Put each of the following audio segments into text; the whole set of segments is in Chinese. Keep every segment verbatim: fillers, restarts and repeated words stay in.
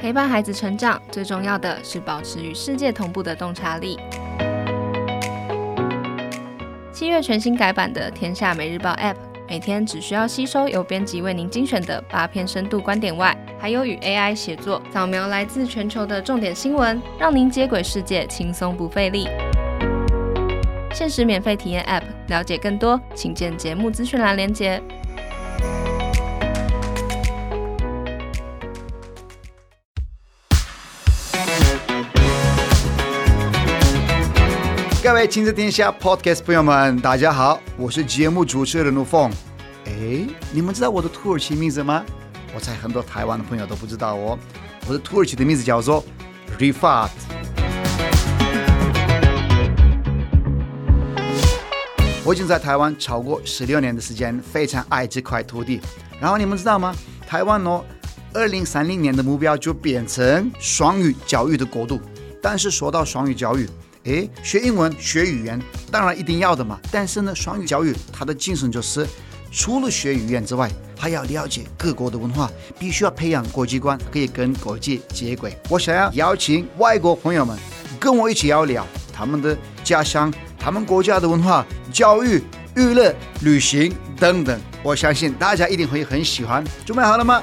陪伴孩子成长，最重要的是保持与世界同步的洞察力。七月全新改版的天下每日报 App， 每天只需要吸收由编辑为您精选的八篇深度观点外，还有与 A I 协作扫描来自全球的重点新闻，让您接轨世界轻松不费力。限时免费体验 App， 了解更多请见节目资讯栏连结。 各位亲子天下 Podcast 朋友们，大家好，我是节目主持人陆凤。哎，你们知道我的土耳其名字吗？我猜很多台湾的朋友都不知道哦。我的土耳其的名字叫做 Rifat。我已经在台湾超过十六年的时间，非常爱这块土地。然后你们知道吗？台湾哦，二零三零年的目标就变成双语教育的国度。但是说到双语教育，诶，学英文学语言当然一定要的嘛，但是呢，双语教育它的精神就是除了学语言之外，还要了解各国的文化，必须要培养国际观，可以跟国际接轨。我想要邀请外国朋友们跟我一起聊聊他们的家乡，他们国家的文化、教育、娱乐、旅行等等，我相信大家一定会很喜欢。准备好了吗？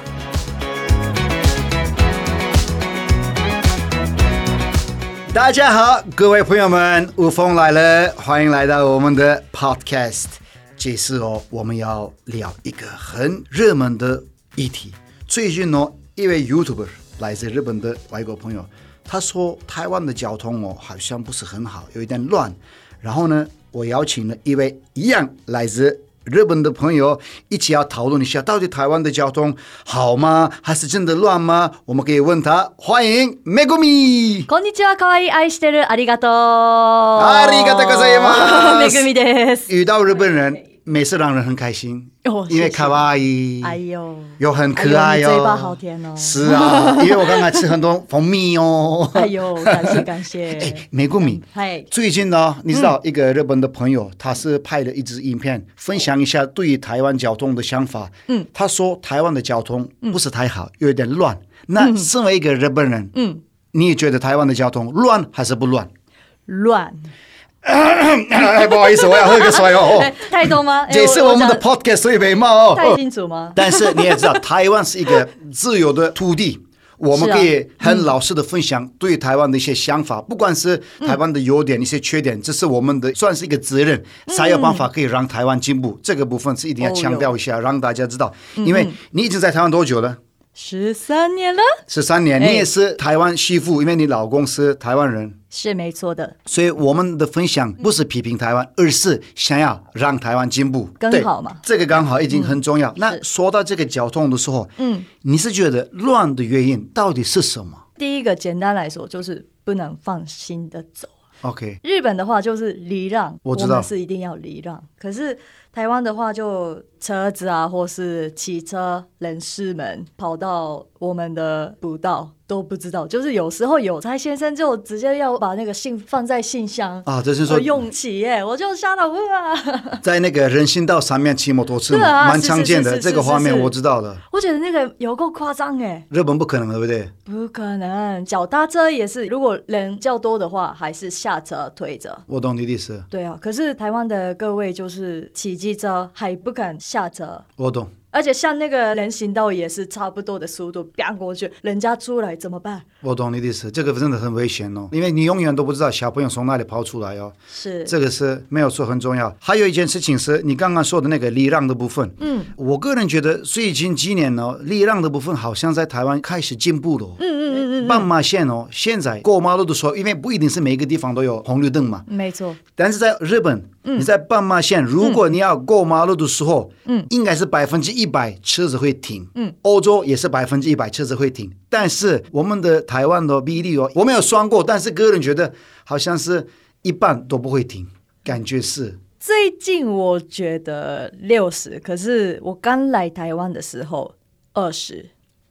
大家好，各位朋友们，吴峰来了，欢迎来到我们的 podcast。这次哦，我们要聊一个很热门的议题。最近哦，一位 YouTuber 来自日本的外国朋友，他说台湾的交通哦好像不是很好，有一点乱。然后呢，我邀请了一位一样来自日本的朋友一起要讨论一下，到底台湾的交通好吗？还是真的乱吗？我们可以问他。欢迎めぐみ。 こんにちは、可愛い愛してる、ありがとう。 ありがとうございます。 めぐみです。 遇到日本人，每次让人很开心， 哦、 因为可愛い， 哎呦， 又很可愛哦， 哎、嘴巴好甜哦。 是啊，因为我刚才吃很多蜂蜜哦。 哎呦，感谢感谢。 哎，めぐみ， 嗨， 最近呢，你知道、嗯、一个日本的朋友，他是拍了一支影片，分享一下对于台湾交通的想法。嗯，他说台湾的交通不是太好，有点乱。那身为一个日本人，嗯，你也觉得台湾的交通乱还是不乱？ 乱。 哎，不好意思，我要喝个水哦。 太多吗？ 这是我们的 podcast， 所以没冒哦。 太清楚吗？ 但是你也知道，台湾是一个自由的土地，我们可以很老实的分享对台湾的一些想法，不管是台湾的优点、一些缺点，这是我们的算是一个责任，才有办法可以让台湾进步。这个部分是一定要强调一下，让大家知道。因为你已经在台湾多久了？ 十三年了。 十三年，你也是台湾媳妇，因为你老公是台湾人。 是没错的， 所以我们的分享不是批评台湾，而是想要让台湾进步， 更好嘛。 这个刚好已经很重要。嗯、那说到这个交通的时候，嗯，你是觉得乱的原因到底是什么？ 第一个简单来说就是不能放心的走。 OK， 日本的话就是礼让， 我知道， 我们是一定要礼让。可是台湾的话，就车子啊，或是骑车人士们跑到我们的步道都不知道，就是有时候有差先生就直接要把那个信放在信箱啊，这是说用起耶，我就吓到哇！ 在那个人行道上面骑摩托车嘛，啊、蛮常见的这个画面，我知道的。 我觉得那个有够夸张哎， 日本不可能，对不对？ 不可能，脚踏车也是，如果人较多的话，还是下车推着。 我懂你的意思。 对啊，可是台湾的各位就是骑机车还不敢下车。 我懂。 而且像那个人行道也是差不多的速度飙过去，人家出来怎么办？ 我懂你的意思，这个真的很危险哦，因为你永远都不知道小朋友从哪里跑出来哦。 是， 这个是没有错，很重要。还有一件事情是你刚刚说的那个礼让的部分。嗯，我个人觉得最近几年呢、哦，礼让的部分好像在台湾开始进步了、哦。嗯嗯嗯嗯。斑马线哦，现在过马路的时候，因为不一定是每个地方都有红绿灯嘛。 没错。 但是在日本，嗯、你在斑马线，如果你要过马路的时候，嗯，应该是百分之一百车子会停。嗯，欧洲也是百分之一百车子会停，但是我们的台湾的比例哦，我没有算过，但是个人觉得好像是一半都不会停，感觉是。 最近我觉得六十，可是我刚来台湾的时候二十。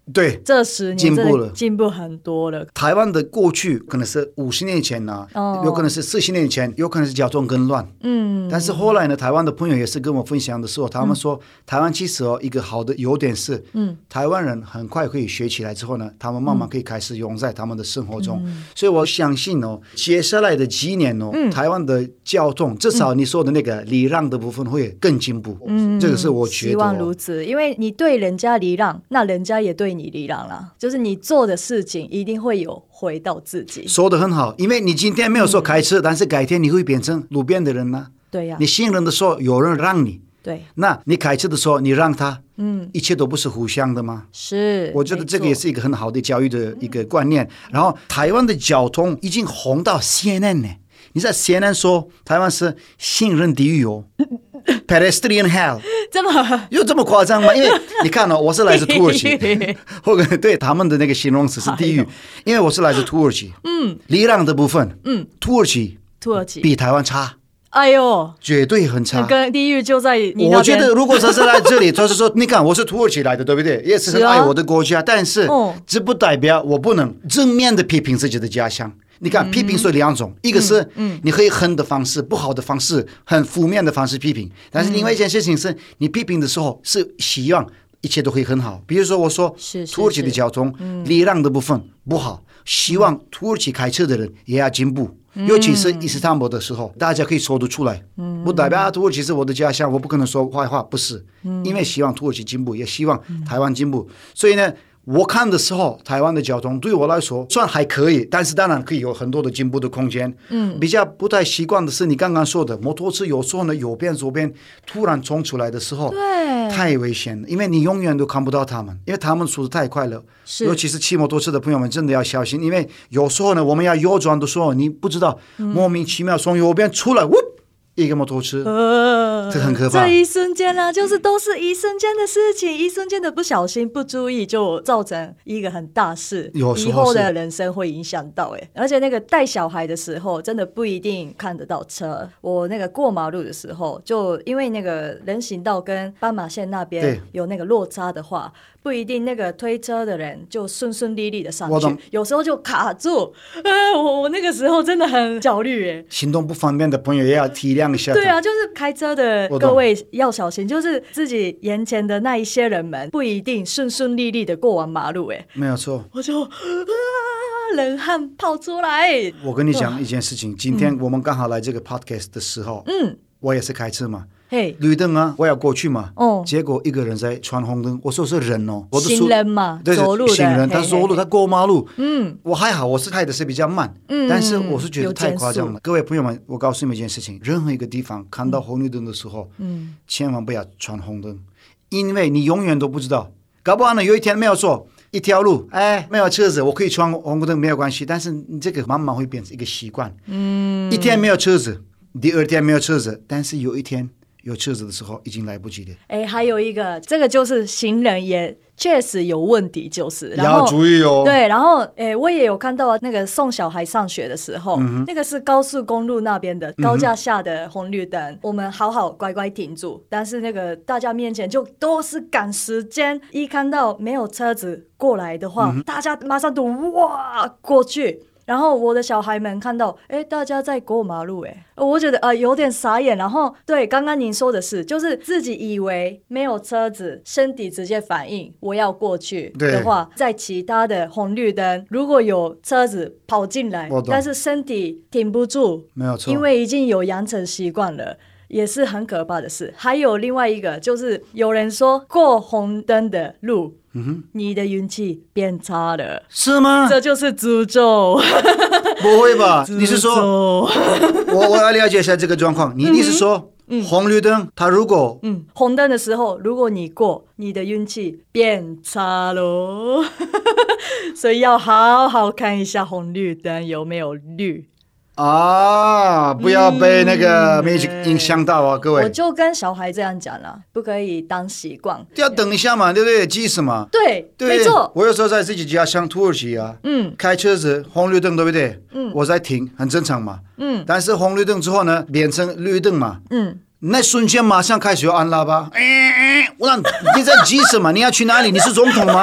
对， 这十年进步了， 进步很多了。 台湾的过去可能是五十年前呢、啊哦，有可能是四十年前，有可能是交通更乱。嗯，但是后来呢，台湾的朋友也是跟我分享的时候，他们说、嗯、台湾其实哦一个好的优点是，嗯，台湾人很快可以学起来之后呢，他们慢慢可以开始用在他们的生活中。嗯、所以我相信哦，接下来的几年哦、嗯，台湾的交通至少你说的那个礼让的部分会更进步。嗯，这个是我觉得、哦、 希望如此，因为你对人家礼让，那人家也对你礼让啦，就是你做的事情一定会有回到自己。 说得很好，因为你今天没有说开车、嗯、但是改天你会变成路边的人呢、啊。 对呀、啊， 你信任的时候有人让你， 对， 那你开车的时候你让他，嗯，一切都不是互相的吗？ 是， 我觉得这个也是一个很好的教育的一个观念。嗯、然后台湾的交通已经红到 C N N 呢，你在 C N N 说台湾是信任地狱哦，pedestrian hell。 这么有这么夸张吗？因为你看哦，我是来自土耳其，或者对他们的那个形容词是地狱，因为我是来自土耳其。嗯，礼让的部分，嗯，土耳其， 土耳其比台湾差。 哎呦， 绝对很差。 跟地狱就在你那边。 我觉得如果他是来这里，就是说，你看我是土耳其来的，对不对？也是很爱我的国家，啊、但是、哦、这不代表我不能正面的批评自己的家乡。你看，批评是两种，一个是你可以狠的方式、不好的方式、很负面的方式批评，但是另外一件事情是你批评的时候是希望一切都会很好。比如说我说土耳其的交通礼让的部分不好，希望土耳其开车的人也要进步，尤其是伊斯坦布尔的时候，大家可以说得出来，不代表土耳其是我的家乡，我不可能说坏话，不是，因为希望土耳其进步，也希望台湾进步，所以呢。我看的时候，台湾的交通对我来说算还可以，但是当然可以有很多的进步的空间。嗯，比较不太习惯的是你刚刚说的，摩托车有时候呢右边左边突然冲出来的时候， 对， 太危险了，因为你永远都看不到他们，因为他们速度太快了。是，尤其是骑摩托车的朋友们真的要小心，因为有时候呢，我们要右转的时候，你不知道、嗯、莫名其妙从右边出来，呜。一个摩托车，呃，这很可怕。 这一瞬间啊，就是都是一瞬间的事情，一瞬间的不小心、不注意，就造成一个很大事，以后的人生会影响到。哎，而且那个带小孩的时候，真的不一定看得到车。我那个过马路的时候，就因为那个人行道跟斑马线那边有那个落差的话，不一定那个推车的人就顺顺利利的上去，有时候就卡住。呃，我我那个时候真的很焦虑，哎， 行动不方便的朋友也要体谅。 对啊，就是开车的各位要小心，就是自己眼前的那一些人们不一定顺顺利利的过完马路。哎， 没有错， 我就啊冷汗跑出来。 我跟你讲一件事情，今天我们刚好来这个 podcast 的时候，嗯，我也是开车嘛。Hey, 绿灯啊，我要过去嘛，哦，结果一个人在闯红灯，我说是人哦，我行人嘛， 对， 走路的行人，他走路，他过马路，嗯，我还好，我是开的是比较慢，嗯，但是我是觉得太夸张了。各位朋友们，我告诉你们一件事情，任何一个地方看到红绿灯的时候，嗯，千万不要闯红灯，因为你永远都不知道，搞不好呢有一天没有错。一条路，哎，没有车子，我可以闯红灯没有关系，但是你这个慢慢会变成一个习惯，嗯，一天没有车子，第二天没有车子，但是有一天。有车子的时候已经来不及了。 哎，还有一个，这个就是行人也确实有问题，就是然后要注意哦。 对，然后哎，我也有看到那个送小孩上学的时候，嗯、那个是高速公路那边的高架下的红绿灯，嗯、我们好好乖乖停住，但是那个大家面前就都是赶时间，一看到没有车子过来的话，嗯、大家马上都哇过去。然后我的小孩们看到，哎，大家在过马路，哎，我觉得呃有点傻眼。然后对，刚刚您说的是，就是自己以为没有车子，身体直接反应我要过去的话，在其他的红绿灯如果有车子跑进来，但是身体停不住， 没有错， 因为已经有养成习惯了。也是很可怕的事。还有另外一个，就是有人说过红灯的路，嗯哼，你的运气变差了， 是吗？ 这就是诅咒。 不会吧？你是说，我我要了解一下这个状况。你你是说，嗯、红绿灯，它如果嗯红灯的时候，如果你过，你的运气变差咯。所以要好好看一下红绿灯有没有绿。 啊！不要被那个媒体影响到啊，各位！ 我就跟小孩这样讲了，不可以当习惯， 要等一下嘛，对不对？急什么？ 对， 对没错。 我有时候在自己家乡土耳其啊，嗯，开车子红绿灯，对不对？嗯，我在停，很正常嘛。嗯，但是红绿灯之后呢，变成绿灯嘛。嗯，那瞬间马上开始要按喇叭。哎哎，我让你在急什么？你要去哪里？你是总统吗？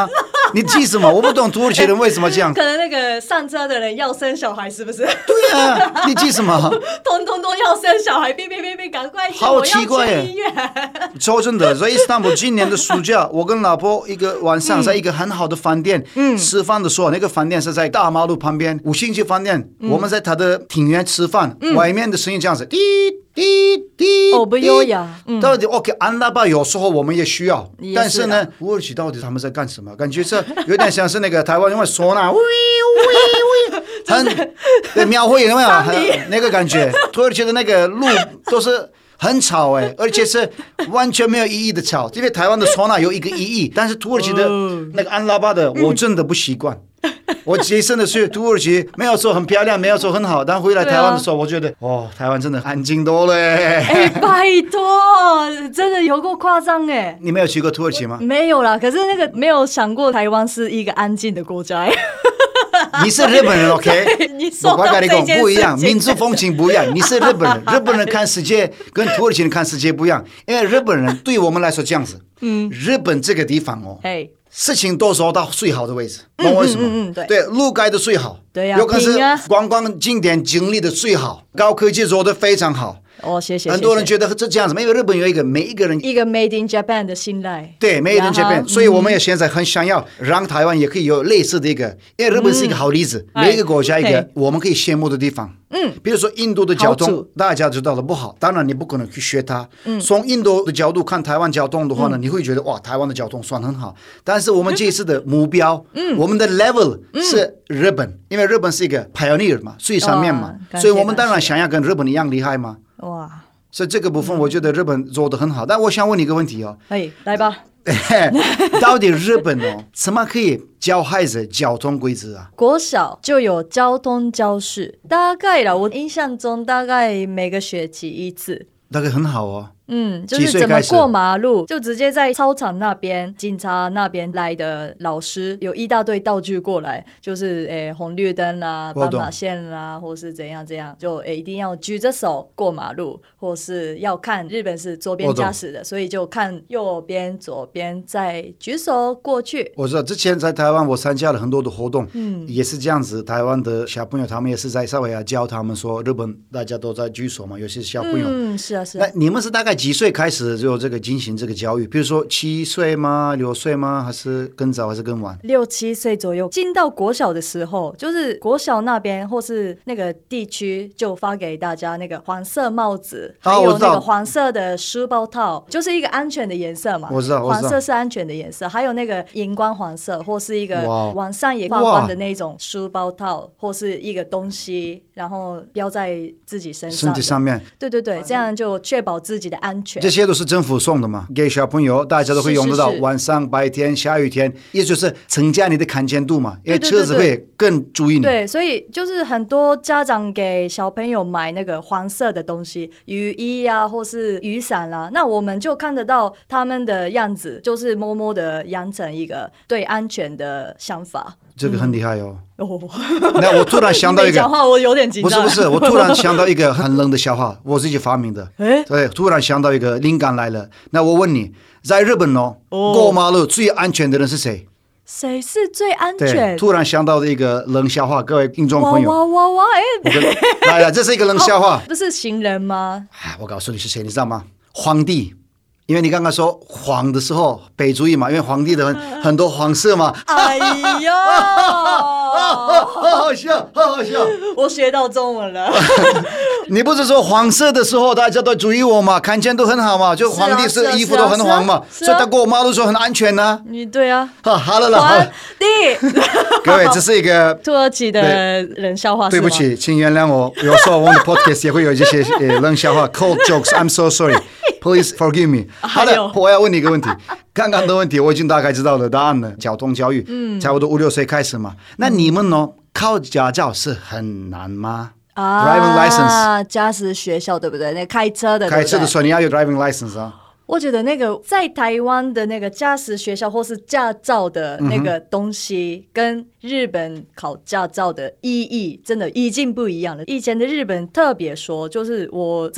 你急什么？我不懂土耳其人为什么这样。 可能那个上车的人要生小孩，是不是？ 对啊，你急什么？ 通通都要生小孩，别别别别，赶快去！ 好奇怪耶！ 我要去医院。 说真的，在伊斯坦布尔今年的暑假，我跟老婆一个晚上在一个很好的饭店、嗯、吃饭的时候，那个饭店是在大马路旁边，五星级饭店、嗯。我们在它的庭院吃饭，嗯、外面的声音这样子，滴滴滴， 哦不优雅。嗯、 到底 OK， 安拉巴有时候我们也需要，是但是呢，土耳其到底他们在干什么？感觉是有点像是那个台湾因为唢呐，喂喂喂，很对庙会有没有？那个感觉，土耳其的那个路都是。很吵哎、欸，而且是完全没有意义的吵。因为台湾的唢呐有一个意义，但是土耳其的那个安拉巴的，我真的不习惯。我其实真的是土耳其没有说很漂亮，没有说很好，但回来台湾的时候，我觉得哦，台湾真的安静多了哎、 欸。哎，拜托，真的有够夸张哎！ 你没有去过土耳其吗？ 没有啦，可是那个没有想过台湾是一个安静的国家。 你是日本人 ，OK？ 你说到这件事情不一样，民族风情不一样。你是日本人，日本人看世界跟土耳其人看世界不一样，因为日本人对我们来说这样子，嗯，日本这个地方哦，哎。事情都说到最好的位置，懂我为什么？嗯嗯嗯对, 对，路盖的最好， 对呀、啊， 有可能是观光景点经历的最好，高科技做的非常好。 哦，谢谢。 很多人觉得是这样子，因为日本有一个每一个人一个 Made in Japan 的信赖， 对 Made in Japan，、嗯、所以我们也现在很想要让台湾也可以有类似的一个，因为日本是一个好例子，嗯、每一个国家一个我们可以羡慕的地方。嗯，比如说印度的交通，大家知道的不好，当然你不可能去学它。嗯，从印度的角度看台湾交通的话呢，嗯、你会觉得哇，台湾的交通算很好。但是我们这一次的目标，嗯，我们的 level 是日本，嗯、因为日本是一个 pioneer 嘛，最上面嘛，所以我们当然想要跟日本一样厉害嘛。哇，所以这个部分我觉得日本做得很好。但我想问你一个问题哦， 哎，来吧。 到底日本哦，怎么可以教孩子交通规则啊？ 国小就有交通教室，大概啦，我印象中大概每个学期一次， 大概很好哦。 嗯，就是怎么过马路，就直接在操场那边，警察那边来的老师有一大堆道具过来，就是诶红绿灯啦、斑马线啦，或是怎样怎样，就诶一定要举着手过马路，或是要看日本是左边驾驶的，所以就看右边、左边，再举手过去。 我知道之前在台湾我参加了很多的活动，嗯，也是这样子，台湾的小朋友他们也是在稍微要教他们说，日本大家都在举手嘛，有些小朋友， 嗯，是啊是啊。 那你们是大概几岁开始就这个进行这个教育？比如说七岁吗？六岁吗？还是更早还是更晚？ 六七岁左右。进到国小的时候，就是国小那边或是那个地区就发给大家那个黄色帽子， 啊、 还有那个黄色的书包套，就是一个安全的颜色嘛。 我知道， 黄色是安全的颜色，还有那个荧光黄色，或是一个往上也挂光的那种书包套，或是一个东西，然后标在自己身上身体上面。 对对对，这样就确保自己的安全。 这些都是政府送的嘛，给小朋友大家都会用得到。是是是，晚上、白天、下雨天，也就是增加你的看见度嘛，因为车子会更注意你。 对， 对， 对，所以就是很多家长给小朋友买那个黄色的东西，雨衣啊，或是雨伞啦、啊，那我们就看得到他们的样子，就是默默的养成一个对安全的想法。 这个很厉害哦。嗯、哦那我突然想到一个， 讲话我有点紧张。 不是不是，我突然想到一个很冷的笑话，我自己发明的。哎，对，突然想到一个灵感来了。那我问你，在日本哦，哦过马路最安全的人是谁？ 谁是最安全？ 突然想到的一个冷笑话，各位听众朋友。 哇哇哇！哎， 来了，这是一个冷笑话。 哦、不是行人吗？ 我告诉你是谁，你知道吗？皇帝。因为你刚刚说黄的时候备注意嘛，因为皇帝的 很, 很多黄色嘛。 哎呀， 好好笑，好好笑！ 我学到中文了。 你不是说黄色的时候大家都注意我嘛，看见都很好嘛，就皇帝是衣服都很黄嘛，啊啊啊啊、所以他过马路时候很安全呢、啊。 你对啊。 好，好了了，好了。 帝， 各位，这是一个土耳其的冷笑话。 对不起，请原谅我，有时候我们的 podcast 也会有这些呃冷笑话 ，cold jokes。I'm so sorry。Please forgive me。好了，我要问你一个问题。刚刚的问题我已经大概知道了答案了。交通教育，嗯，差不多五六岁开始嘛。那你们呢？考驾照是很难吗？啊 ，driving license， 驾驶学校对不对？那开车的， 开车的时候你要有 driving license 啊。 我觉得那个在台湾的那个驾驶学校或是驾照的那个东西，跟日本考驾照的意义真的已经不一样了。以前的日本特别说，就是我自己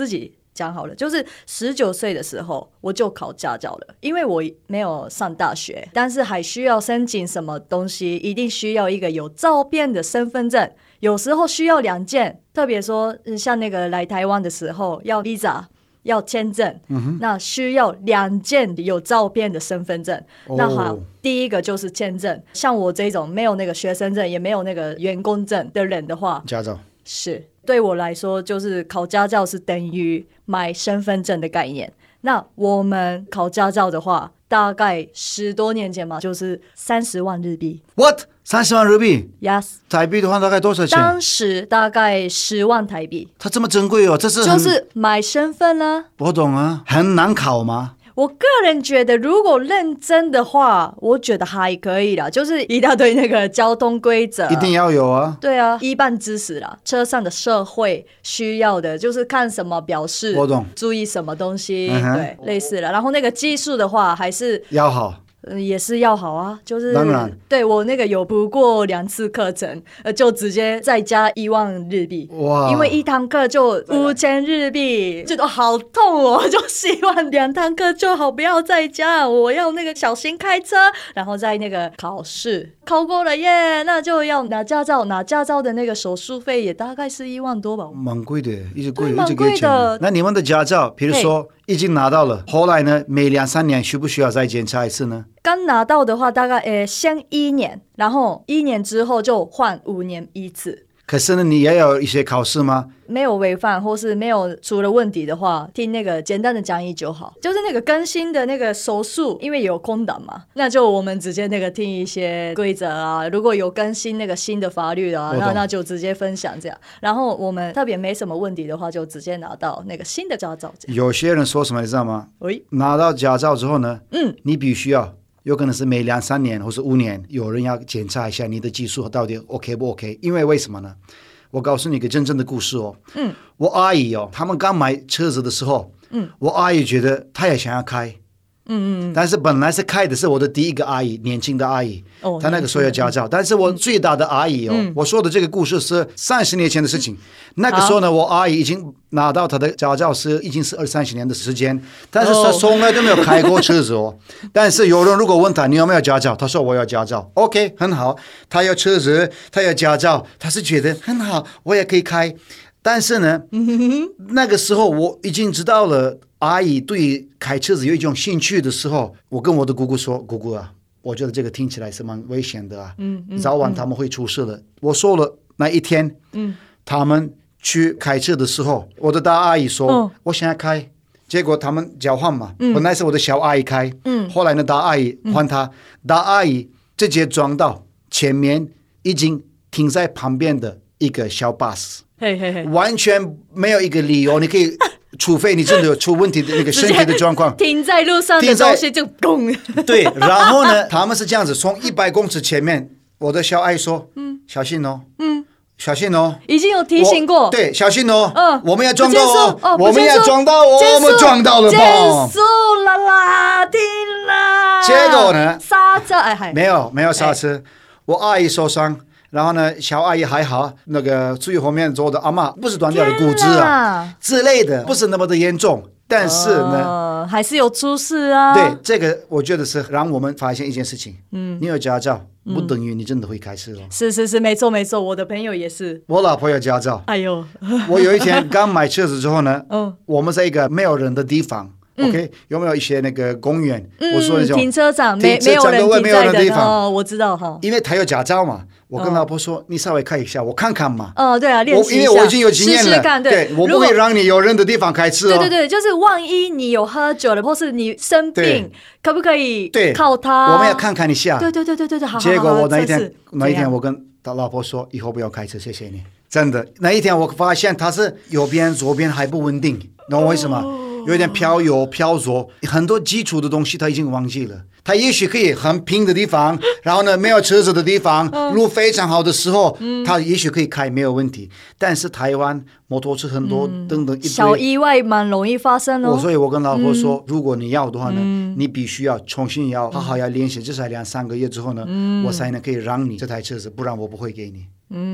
讲好了，就是十九岁的时候我就考驾照了，因为我没有上大学，但是还需要申请什么东西，一定需要一个有照片的身份证，有时候需要两件，特别说像那个来台湾的时候要 visa 要签证、嗯、那需要两件有照片的身份证、哦、那好，第一个就是签证，像我这种没有那个学生证也没有那个员工证的人的话， 驾照是对我来说就是考驾照是等于买身份证的概念。那我们考驾照的话大概十多年前嘛，就是三十万日币。 What？ 三十万日币 Yes。 台币的话大概多少钱？ 当时大概十万台币。 它这么珍贵哦，这是就是买身份啊。 我懂啊，很难考吗？ 我个人觉得如果认真的话我觉得还可以啦，就是一大堆那个交通规则一定要有啊。 对啊，一般知识啦，车上的社会需要的就是看什么表示， 我懂， 注意什么东西、 嗯、 对，类似了。然后那个技术的话还是要好， 呃、也是要好啊，就是当然，对我那个有补过两次课程，呃，就直接再加一万日币，哇！因为一堂课就五千日币，觉得好痛哦，就希望两堂课就好，不要再加，我要那个小心开车，然后在那个考试考过了耶，那就要拿驾照，拿驾照的那个手续费也大概是一万多吧， 蛮贵的，一直贵，一直贵的。 那你们的驾照，比如说已经拿到了，后来呢，每两三年需不需要再检查一次呢？ 刚拿到的话大概诶先一年，然后一年之后就换五年一次。 可是呢你也有一些考试吗？ 没有违反或是没有出了问题的话，听那个简单的讲义就好。就是那个更新的那个手术，因为有空档嘛，那就我们直接那个听一些规则啊，如果有更新那个新的法律啊，那那就直接分享这样。然后我们特别没什么问题的话，就直接拿到那个新的驾照。 有些人说什么你知道吗？拿到驾照之后呢，嗯，你必须要有可能是每两三年或是五年有人要检查一下你的技术到底 OK 不 OK， 因为为什么呢？我告诉你一个真正的故事哦。嗯，我阿姨哦，他们刚买车子的时候，嗯，我阿姨觉得她也想要开，嗯嗯，但是本来是开的是我的第一个阿姨，年轻的阿姨，哦，她那个时候有驾照，但是我最大的阿姨哦，嗯，我说的这个故事是三十年前的事情，那个时候呢，我阿姨已经拿到她的驾照是已经是二三十年的时间，但是她从来都没有开过车子哦。但是有人如果问她你有没有驾照，她说我有驾照 ，OK 很好，她有车子，她有驾照，她是觉得很好，我也可以开。但是呢，嗯，那个时候我已经知道了阿姨对开车子有一种兴趣的时候，我跟我的姑姑说，姑姑啊，我觉得这个听起来是蛮危险的啊，嗯嗯，早晚他们会出事的，嗯，我说了那一天，嗯，他们去开车的时候，我的大阿姨说，哦，我想要开，结果他们交换嘛，嗯，本来是我的小阿姨开，嗯，后来呢大阿姨换她，嗯，大阿姨直接撞到前面已经停在旁边的一个小巴士，嘿嘿嘿，完全没有一个理由，你可以除非你真的有出问题的那个身体的状况， 停在路上的东西就咚。 对，然后呢，他们是这样子，从一百公尺前面，我的小阿姨说，嗯，小心哦，嗯，小心哦， 已经有提醒过， 对，小心哦，嗯，我们要撞到哦， 哦我们要撞到哦，我们撞到了， 结束了啦，停啦。 结果呢？ 刹车，哎， 没有，没有刹车，哎，我阿姨受伤。然后呢，小阿姨还好，那个最后面坐的阿嬷不是断掉了骨质啊之类的，不是那么的严重，但是呢， 呃、还是有出事啊。 对，这个我觉得是让我们发现一件事情，嗯，你有驾照不等于你真的会开车哦。 是是是，没错没错，我的朋友也是。 我老婆有驾照， 哎呦， 我有一天刚买车子之后呢，嗯，我们在一个没有人的地方。OK，嗯，有没有一些那个公园？嗯，我说那种停车场没没有人停在的地方，哦，我知道哈。 因为他有驾照嘛，我跟老婆说，哦，你稍微开一下，我看看嘛。 哦，对啊，练习一下， 因为我已经有经验了， 试试看，对， 对，我不会让你有人的地方开车哦。 对对对，就是万一你有喝酒了，或是你生病，可不可以靠他？ 我们要看看一下。 对对对对对对，好。 结果我那一天那一天我跟老婆说，以后不要开车，谢谢你。真的，那一天我发现他是右边左边还不稳定，懂我为什么？哦，有点飘油飘着，很多基础的东西他已经忘记了。他也许可以很平的地方，然后呢没有车子的地方，路非常好的时候，嗯，他也许可以开没有问题。但是台湾摩托车很多，嗯，等等一堆小意外蛮容易发生哦。 所以我跟老婆说，嗯，如果你要的话呢，嗯，你必须要重新要好好要练习，至少两三个月之后呢，嗯，我才能可以让你这台车子，不然我不会给你。嗯，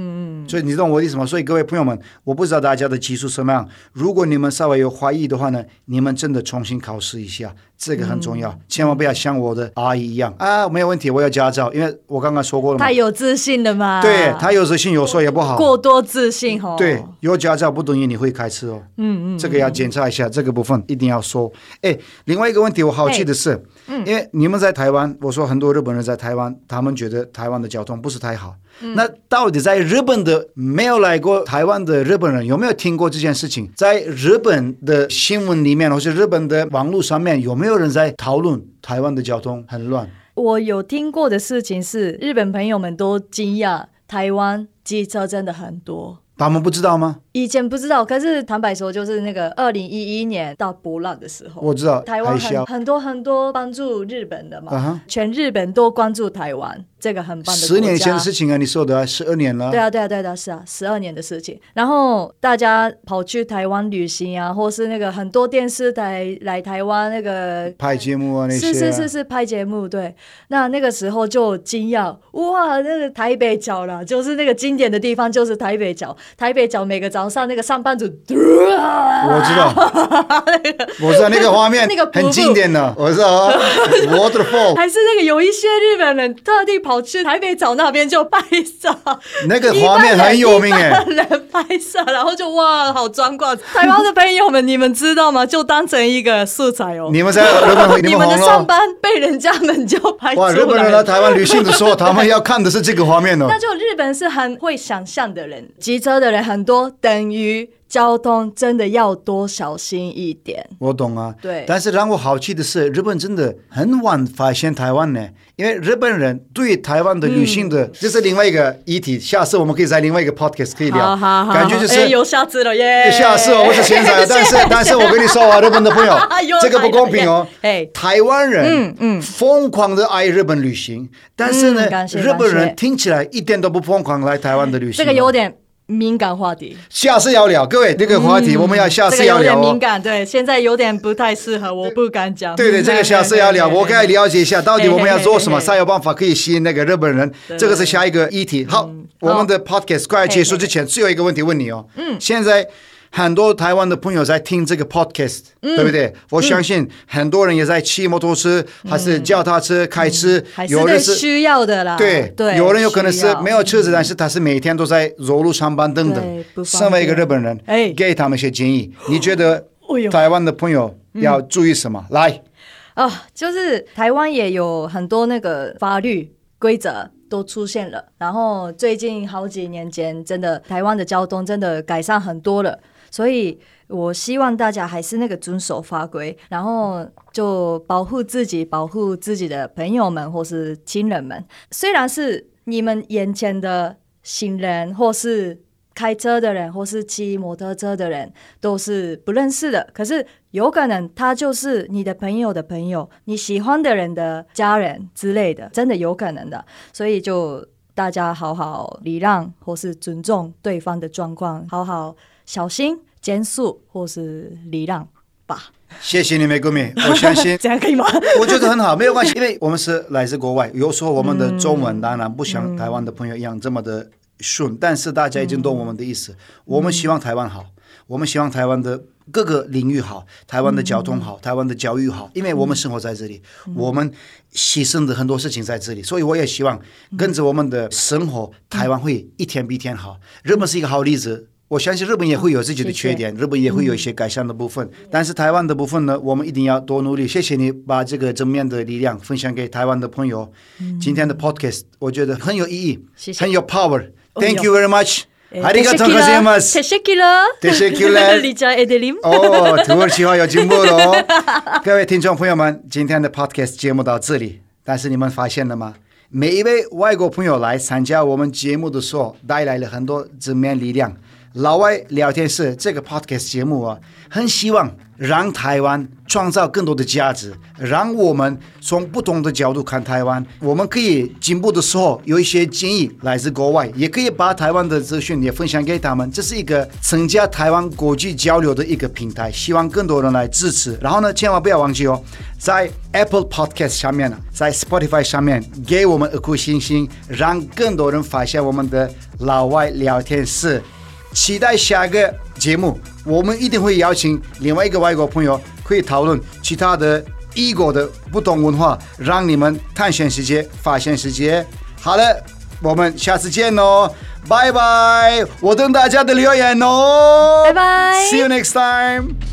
所以你懂我的意思吗？所以各位朋友们，我不知道大家的技术什么样，如果你们稍微有怀疑的话呢，你们真的重新考试一下，这个很重要，嗯、千万不要像我的阿姨一样啊，没有问题，我有驾照，因为我刚刚说过了嘛， 太有自信了嘛， 对，太有自信有时候也不好， 过多自信哦， 对，有驾照不等于你会开车哦， 嗯嗯， 这个要检查一下，这个部分一定要说。哎，另外一个问题我好奇的是，嗯、因为你们在台湾，我说很多日本人在台湾，他们觉得台湾的交通不是太好。嗯、那到底在日本的没有来过台湾的日本人有没有听过这件事情？在日本的新闻里面，或是日本的网络上面，有没有人在讨论台湾的交通很乱？ 我有听过的事情是，日本朋友们都惊讶，台湾机车真的很多。 他们不知道吗？ 以前不知道，可是坦白说，就是那个二零一一年大波浪的时候， 我知道台湾很很多很多帮助日本的嘛， uh-huh. 全日本都关注台湾，这个很棒的国家。 十年前的事情啊，你说的十二年了。 对啊，对啊，对啊，是啊，十二年的事情。然后大家跑去台湾旅行啊，或是那个很多电视台来台湾那个拍节目啊那些、啊， 是是是是拍节目。对，那那个时候就惊讶，哇，那个台北角啦，就是那个经典的地方，就是台北角。台北角每个早上那个上班族， 我知道，我知道那个画面，那个很经典的，我知道 ，waterfall， 还是那个有一些日本人特地跑去台北角那边就拍摄， 那个画面很有名哎， 人拍摄，然后就哇，好壮观！台湾的朋友们，你们知道吗？就当成一个素材哦。 你们在日本， 你们的上班被人家们就拍出来。 哇，日本人来台湾旅行的时候，他们要看的是这个画面哦。 那就日本是很会想象的人，机车的人很多，等于交通真的要多小心一点。 我懂啊， 对。 但是让我好奇的是，日本真的很晚发现台湾呢，因为日本人对台湾的旅行的，嗯、这是另外一个议题。下次我们可以在另外一个 podcast 可以聊。 好好好， 感觉就是、 欸、有下次了耶。 下次哦，不是现在，但是但是我跟你说啊，日本的朋友，这个不公平哦。台湾人嗯嗯疯狂的爱日本旅行，但是呢，嗯、日本人听起来一点都不疯狂来台湾的旅行。 这个有点敏感话题， 下次要聊，各位这个话题我们要下次要聊、哦嗯这个、有点敏感，对，现在有点不太适合，我不敢讲。 对对，这个下次要聊，我可以了解一下到底我们要做什么，才有办法可以吸引那个日本人。这个是下一个议题。好，嗯、我们的 podcast 快结束之前，最后一个问题问你哦。嗯，现在很多台湾的朋友在听这个 podcast，、嗯、对不对？我相信很多人也在骑摩托车，嗯、还是脚踏车、开车， 嗯、有人是需要的啦。 对对，有人有可能是没有车子，但是他是每天都在走路上班等等。身为一个日本人，哎，给他们一些建议。你觉得台湾的朋友要注意什么？嗯、来啊，就是台湾也有很多那个法律规则。都出现了，然后最近好几年间，真的台湾的交通真的改善很多了，所以我希望大家还是那个遵守法规，然后就保护自己，保护自己的朋友们或是亲人们。虽然是你们眼前的行人或是开车的人或是骑摩托车的人都是不认识的，可是有可能他就是你的朋友的朋友，你喜欢的人的家人之类的，真的有可能的。所以就大家好好礼让或是尊重对方的状况，好好小心减速或是礼让吧。 谢谢你美国妹，我相信这样可以吗？ 我觉得很好，没有关系，因为我们是来自国外，有时候我们的中文当然不像台湾的朋友一样这么的顺，但是大家已经懂我们的意思。嗯、我们希望台湾好，我们希望台湾的各个领域好，台湾的交通好，嗯、台湾的教育好，因为我们生活在这里，嗯、我们牺牲的很多事情在这里，所以我也希望跟着我们的生活，嗯、台湾会一天比一天好。日本是一个好例子。我相信日本也会有自己的缺点，谢谢，日本也会有一些改善的部分，嗯、但是台湾的部分呢，我们一定要多努力。谢谢你把这个正面的力量分享给台湾的朋友。嗯、今天的 podcast 我觉得很有意义，谢谢，很有 power。Thank you very much。ありがとうございます。 テシェキラ。 テシェキラ。 リチャエデリム。 哦，土耳其话有进步了哦。各位听众朋友们，今天的 podcast 节目到这里，但是你们发现了吗？每一位外国朋友来参加我们节目的时候，带来了很多正面力量。 老外聊天室这个 podcast 节目啊，很希望让台湾创造更多的价值，让我们从不同的角度看台湾。我们可以进步的时候有一些建议来自国外，也可以把台湾的资讯也分享给他们。这是一个增加台湾国际交流的一个平台，希望更多人来支持。然后呢，千万不要忘记哦，在 Apple Podcast 上面，在 Spotify 上面给我们一颗星星，让更多人发现我们的老外聊天室。期待下个节目，我们一定会邀请另外一个外国朋友，可以讨论其他的异国的不同文化，让你们探险世界，发现世界。好了，我们下次见哦，拜拜！我等大家的留言哦， 拜拜 ，See you next time。